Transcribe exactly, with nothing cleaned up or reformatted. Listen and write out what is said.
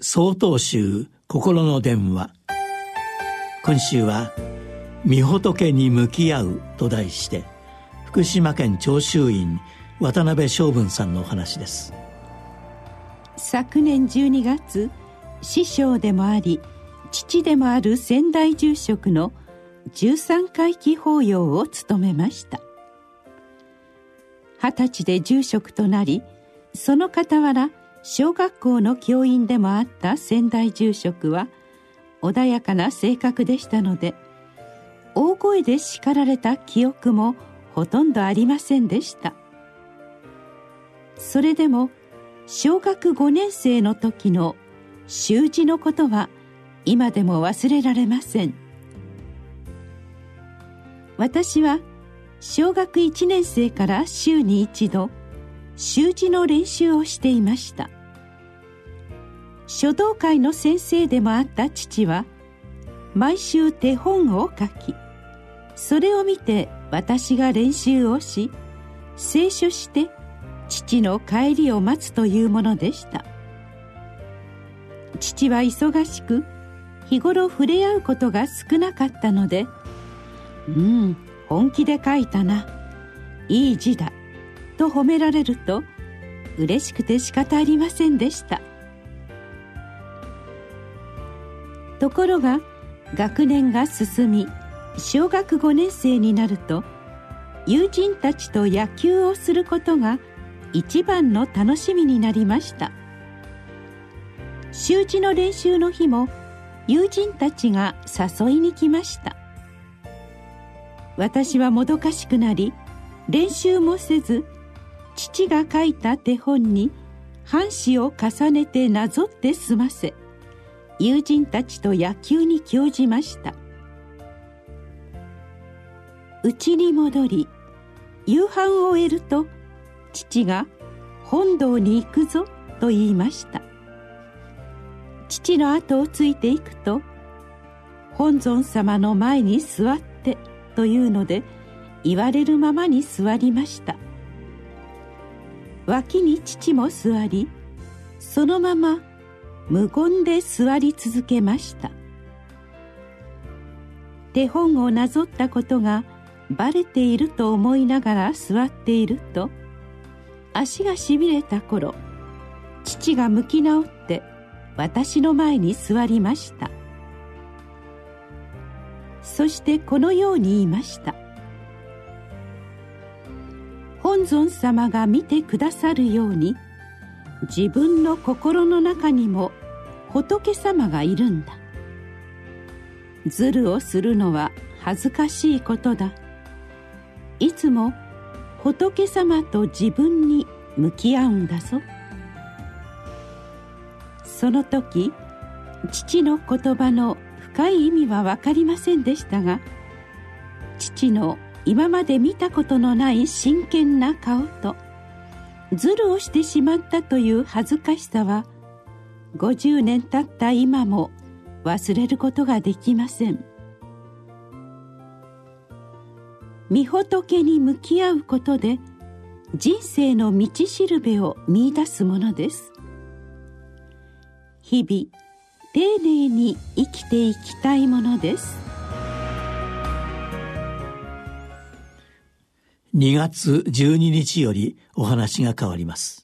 総統集心の電話。今週は御仏に向き合うと題して、福島県長州院渡辺昌文さんのお話です。 昨年じゅうにがつ、師匠でもあり父でもある先代住職のじゅうさんかい忌法要を務めました。二十歳で住職となり、その傍ら小学校の教員でもあった先代住職は穏やかな性格でしたので、大声で叱られた記憶もほとんどありませんでした。それでも小学ごねん生の時の習字のことは今でも忘れられません。私は小学いちねん生から週に一度習字の練習をしていました。書道会の先生でもあった父は毎週手本を書き、それを見て私が練習をし、清書して父の帰りを待つというものでした。父は忙しく、日頃触れ合うことが少なかったので、うん本気で書いたな、いい字だと褒められると嬉しくて仕方ありませんでした。ところが学年が進み、小学ごねん生になると友人たちと野球をすることが一番の楽しみになりました。習字の練習の日も友人たちが誘いに来ました。私はもどかしくなり、練習もせず、父が書いた手本に半紙を重ねてなぞって済ませ、友人たちと野球に興じました。家に戻り、夕飯を終えると父が本堂に行くぞと言いました。父の後をついていくと、本尊様の前に座ってというので、言われるままに座りました。脇に父も座り、そのまま無言で座り続けました。手本をなぞったことがバレていると思いながら座っていると、足がしびれた頃、父が向き直って私の前に座りました。そしてこのように言いました。本尊様が見てくださるように、自分の心の中にも仏様がいるんだ。ずるをするのは恥ずかしいことだ。いつも仏様と自分に向き合うんだぞ。その時、父の言葉の深い意味は分かりませんでしたが、父の今まで見たことのない真剣な顔と、ずるをしてしまったという恥ずかしさは、ごじゅうねん経った今も忘れることができません。御仏に向き合うことで、人生の道しるべを見出すものです。日々丁寧に生きていきたいものです。 にがつじゅうににちよりお話が変わります。